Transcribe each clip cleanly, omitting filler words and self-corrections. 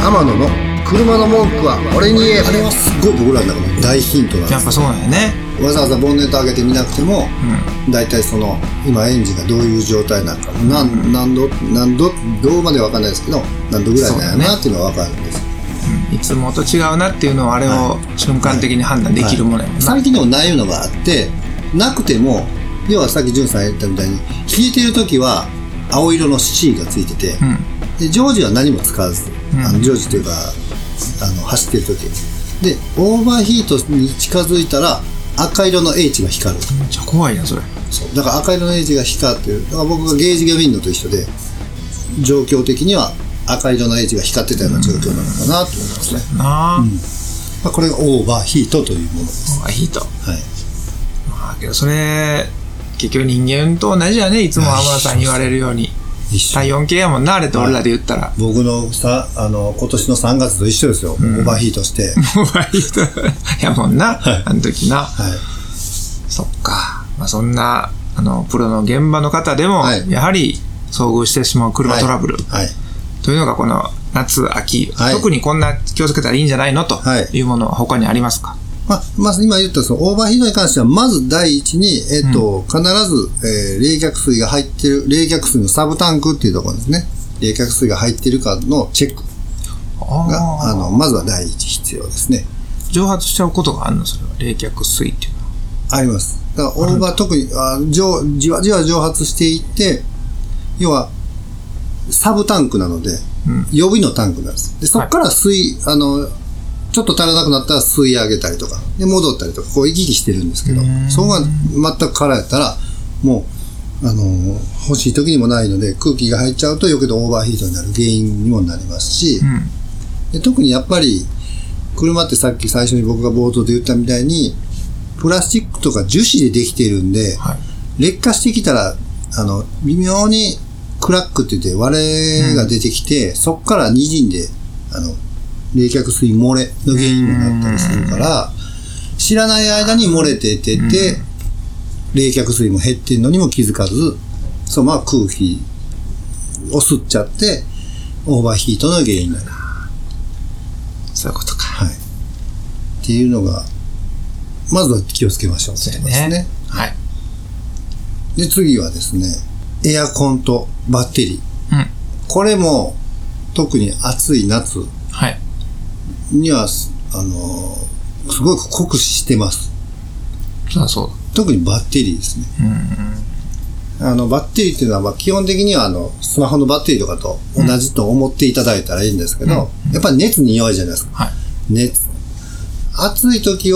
天野の車の文句は俺に言え。 あれはすごい僕らの中の大ヒントなんです。 やっぱそうなんやね。 わざわざボンネット上げてみなくても、だいたいその今エンジンがどういう状態なのか、何度どうまでは分かんないですけど、何度ぐらいだよなっていうのは分かるんです。 いつもと違うなっていうのをあれを瞬間的に判断できるものやもんな。 最近でもないのがあって、なくても、要はさっき潤さん言ったみたいに、引いてるときは青色の C がついてて、で常時は何も使わず、常時というか走ってるときで、オーバーヒートに近づいたら赤色の H が光る。 めっちゃ怖いなそれ。 そうだから赤色の H が光ってる。だから僕がゲージがウィンドと一緒で、状況的には赤色の H が光ってたような状況なのかなと思いますね。まあ、これがオーバーヒートというものです。 オーバーヒート。 はい。 まあけどそれ結局人間と同じやね。いつも天野さんに言われるように。体温計やもんな、あれと俺らで言ったら。 僕のさ、今年の3月と一緒ですよ。オーバーヒートして。 オーバーヒートやもんな、あの時な。そっか。まあそんな、プロの現場の方でも、やはり遭遇してしまう車トラブル。というのがこの夏、秋、特にこんな気をつけたらいいんじゃないのというものは他にありますか？ まず今言ったそのオーバーヒートに関しては、まず第一に、必ず、冷却水が入ってる、冷却水のサブタンクっていうところですね。冷却水が入ってるかのチェックが、まずは第一必要ですね。 蒸発しちゃうことがあるの？それは冷却水っていうのは。 あります。だからオーバー特にじわじわ蒸発していって、要は、サブタンクなので、予備のタンクなんです。で、そこからちょっと足らなくなったら吸い上げたりとか、で、戻ったりとか、こう行き来してるんですけど、そこが全く空やったら、もう、欲しい時にもないので、空気が入っちゃうと余計とオーバーヒートになる原因にもなりますし、で特にやっぱり、車ってさっき最初に僕が冒頭で言ったみたいに、プラスチックとか樹脂でできてるんで、劣化してきたら、微妙にクラックって言って割れが出てきて、そこから滲んで、冷却水漏れの原因にもなったりするから、知らない間に漏れてて、冷却水も減ってるのにも気づかず、空気を吸っちゃって、オーバーヒートの原因になる。 そういうことか。 はい。っていうのが、まずは気をつけましょう。 そうですね。はい。 で、次はですね、エアコンとバッテリー。これも、特に暑い夏。には、すごく酷使してます。 そう。 特にバッテリーですね。バッテリーっていうのは、基本的には、スマホのバッテリーとかと同じと思っていただいたらいいんですけど、やっぱり熱に弱いじゃないですか。熱。暑い時、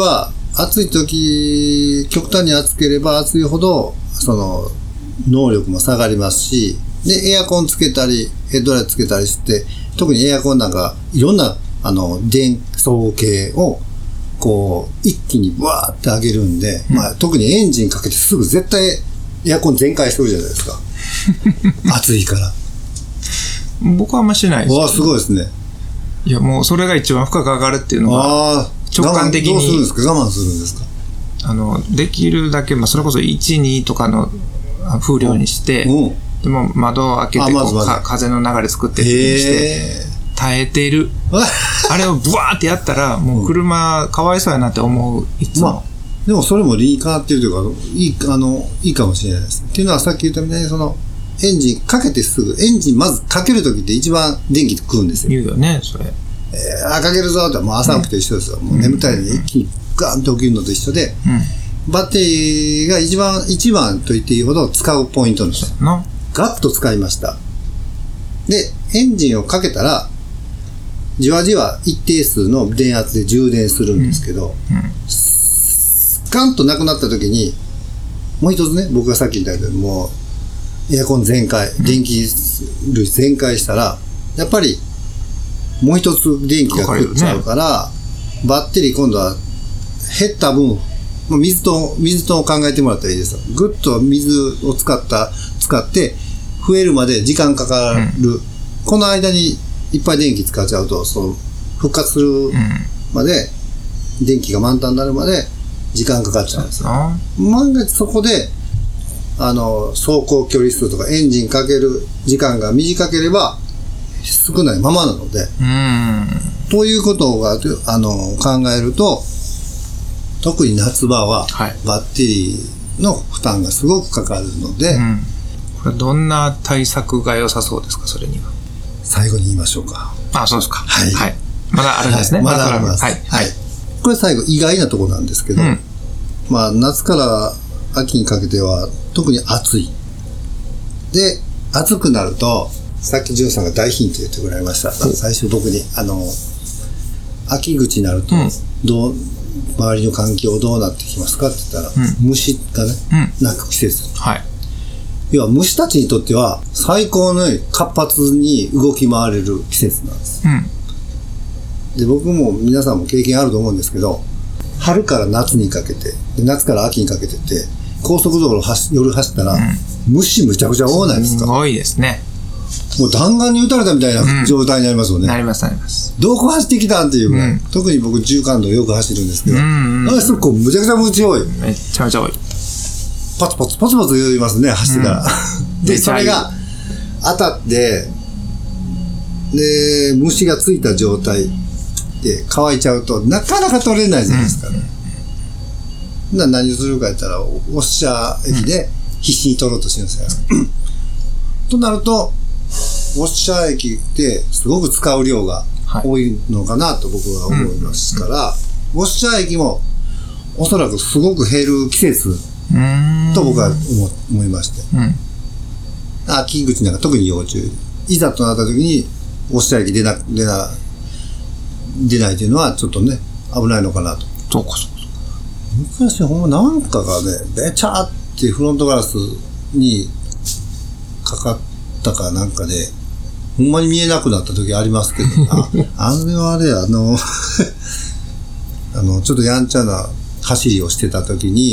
極端に暑ければ暑いほど、能力も下がりますし、で、エアコンつけたり、ヘッドライトつけたりして、特にエアコンなんか、いろんな、電装系を、一気にブワーって上げるんで、特にエンジンかけてすぐ絶対エアコン全開するじゃないですか。暑いから。 僕はあんましないです。 すごいですね。 いや、もうそれが一番深く上がるっていうのが、直感的に。 どうするんですか？我慢するんですか？ できるだけ、それこそ1、2とかの風量にして、でも窓を開けて風の流れ作ってってして耐えてるあれをブワーってやったらもう車かわいそうやなって思う。いつも、 でもそれも理にかなってるというかいいかもしれないです。っていうのはさっき言ったみたいにエンジンかけてすぐエンジンまずかけるときって一番電気食うんですよ。 言うよねそれ。 かけるぞってもう朝起きて一緒ですよ。もう眠たいのに一気にガーンと起きるのと一緒で、バッテリーが一番と言っていいほど使うポイントなんですよ。ガッと使いました。で、エンジンをかけたら、じわじわ一定数の電圧で充電するんですけど、ガンとなくなった時に、もう一つね、僕がさっき言ったけど、もう、エアコン全開、電気類全開したら、やっぱり、もう一つ電気が食っちゃうから、バッテリー今度は減った分、水と考えてもらったらいいですよ。ぐっと水を使って増えるまで時間かかる。この間にいっぱい電気使っちゃうと、復活するまで、電気が満タンになるまで時間かかっちゃうんですよ。万が一そこで、走行距離数とかエンジンかける時間が短ければ、 少ないままなので、ということが考えると、特に夏場はバッテリーの負担がすごくかかるので、 これどんな対策が良さそうですか、それには。 最後に言いましょうか。 あ、そうですか。 はい。 はい。まだあるんですね。 まだあります。 はい。 はい。これ最後意外なところなんですけど、まあ夏から秋にかけては特に暑い。で、暑くなると、さっきジュンさんが大ヒント言ってくれました。最初僕に、秋口になると、周りの環境どうなってきますかって言ったら、虫がね、鳴く季節。 はい。 要は虫たちにとっては最高の活発に動き回れる季節なんです。で、僕も皆さんも経験あると思うんですけど、春から夏にかけて、夏から秋にかけてって、高速道路夜走ったら、虫むちゃくちゃ多ないですか？ すごいですね。 もう弾丸に撃たれたみたいな状態になりますよね。 なります、なります。 どこ走ってきたんっていうぐらい。特に僕、縦貫道よく走るんですけど、そこむちゃくちゃ虫多い。 めっちゃめちゃ多い。 ポツポツポツポツ言いますね、走ってたら。で、それが当たって、で、虫がついた状態で乾いちゃうと、なかなか取れないじゃないですか。何をするか言ったら、ウォッシャー液で必死に取ろうとしてるんですよ。となると、ウォッシャー液ってすごく使う量が多いのかなと僕は思いますから、ウォッシャー液もおそらくすごく減る季節と僕は思いまして。秋口なんか特に要注意。いざとなった時にウォッシャー液出ないというのはちょっとね、危ないのかなと。 そうかそうか。 昔ほんまなんかがね、べちゃーってフロントガラスにかかったかなんかで、ほんまに見えなくなった時ありますけど、あれはちょっとやんちゃな走りをしてた時に、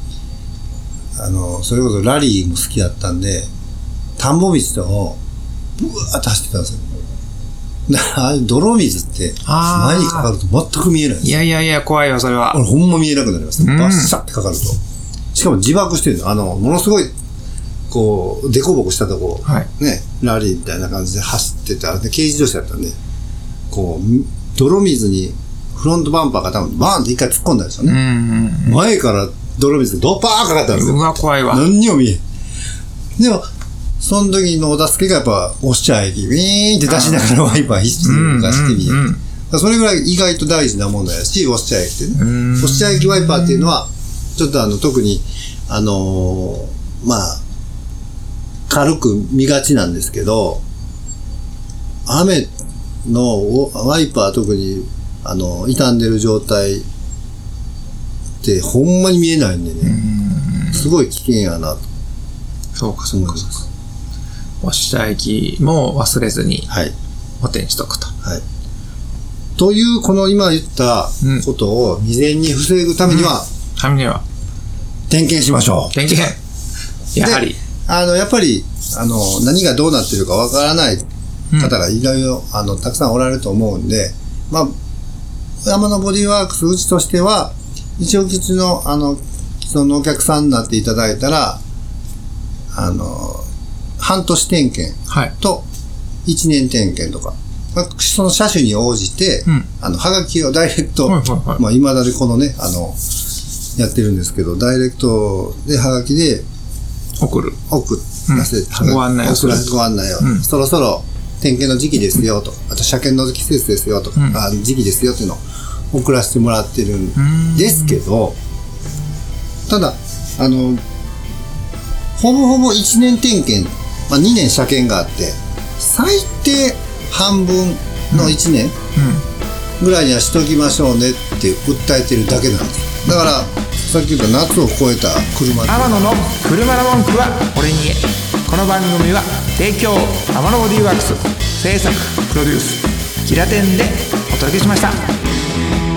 それこそラリーも好きだったんで、田んぼ道をブワーッと走ってたんですよ。ああいう泥水って前にかかると全く見えないんですよ。 いや、怖いよ、それは。 ほんま見えなくなります。バッシャってかかると。しかも自爆してるの。ものすごい、こう、デコボコしたとこ、ね、ラリーみたいな感じで走ってて、あれで軽自動車だったんで、こう、泥水にフロントバンパーが多分バーンって一回突っ込んだんですよね。前から泥水がドパーンかかったんですよ。 うわ、怖いわ。 何にも見えん。でも、その時のお助けがやっぱ、ウォッシャー液、ウィーンって出しながらワイパー必須がしてみる。それぐらい意外と大事なものやし、ウォッシャー液ってね。ウォッシャー液ワイパーっていうのは、ちょっと特に、まあ、軽く見がちなんですけど、雨のワイパー特に、傷んでる状態ってほんまに見えないんでね、すごい危険やなと。 そうか、そうか。ウォッシャー液も忘れずに、お手にしとくと。 という、この今言ったことを未然に防ぐためには、点検しましょう。 点検。やはり。 やっぱり、何がどうなってるかわからない方がいろいろ、たくさんおられると思うんで、まあ、山のボディワークスうちとしては、一応基地の、既存のお客さんになっていただいたら、半年点検と1年点検とか、その車種に応じて、はがきをダイレクト、まあ、今だにこのね、やってるんですけど、ダイレクトではがきで送らせて、 ご案内をする。 ご案内を。そろそろ点検の時期ですよと、あと車検の季節ですよと、時期ですよっていうのを送らせてもらってるんですけど、ただ、ほぼほぼ1年点検、まあ、2年車検があって、最低半分の1年ぐらいにはしときましょうねって訴えてるだけなんです。だから、さっき言った夏を超えた車。 天野の車の文句は俺に言え。この番組は提供天野ボディワークス、制作プロデュースキラテンでお届けしました。